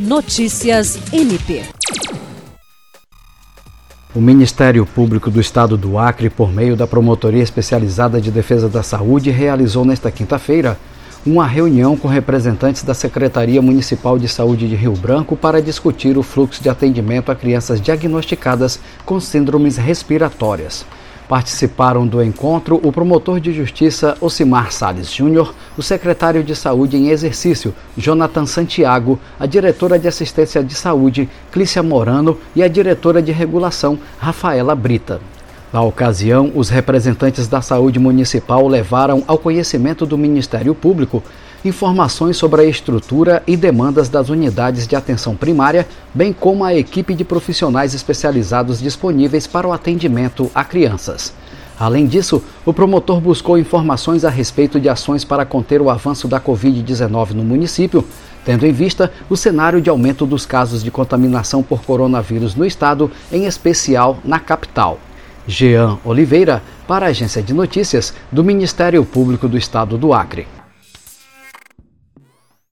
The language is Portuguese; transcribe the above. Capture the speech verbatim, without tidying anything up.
Notícias M P. O Ministério Público do Estado do Acre, por meio da Promotoria Especializada de Defesa da Saúde, realizou nesta quinta-feira uma reunião com representantes da Secretaria Municipal de Saúde de Rio Branco para discutir o fluxo de atendimento a crianças diagnosticadas com síndromes respiratórias. Participaram do encontro o promotor de justiça Ocimar Salles Júnior, o secretário de Saúde em exercício, Jonathan Santiago, a diretora de Assistência de Saúde, Clícia Morano, e a diretora de Regulação, Rafaela Brita. Na ocasião, os representantes da saúde municipal levaram ao conhecimento do Ministério Público informações sobre a estrutura e demandas das unidades de atenção primária, bem como a equipe de profissionais especializados disponíveis para o atendimento a crianças. Além disso, o promotor buscou informações a respeito de ações para conter o avanço da covid dezenove no município, tendo em vista o cenário de aumento dos casos de contaminação por coronavírus no estado, em especial na capital. Jean Oliveira, para a Agência de Notícias do Ministério Público do Estado do Acre.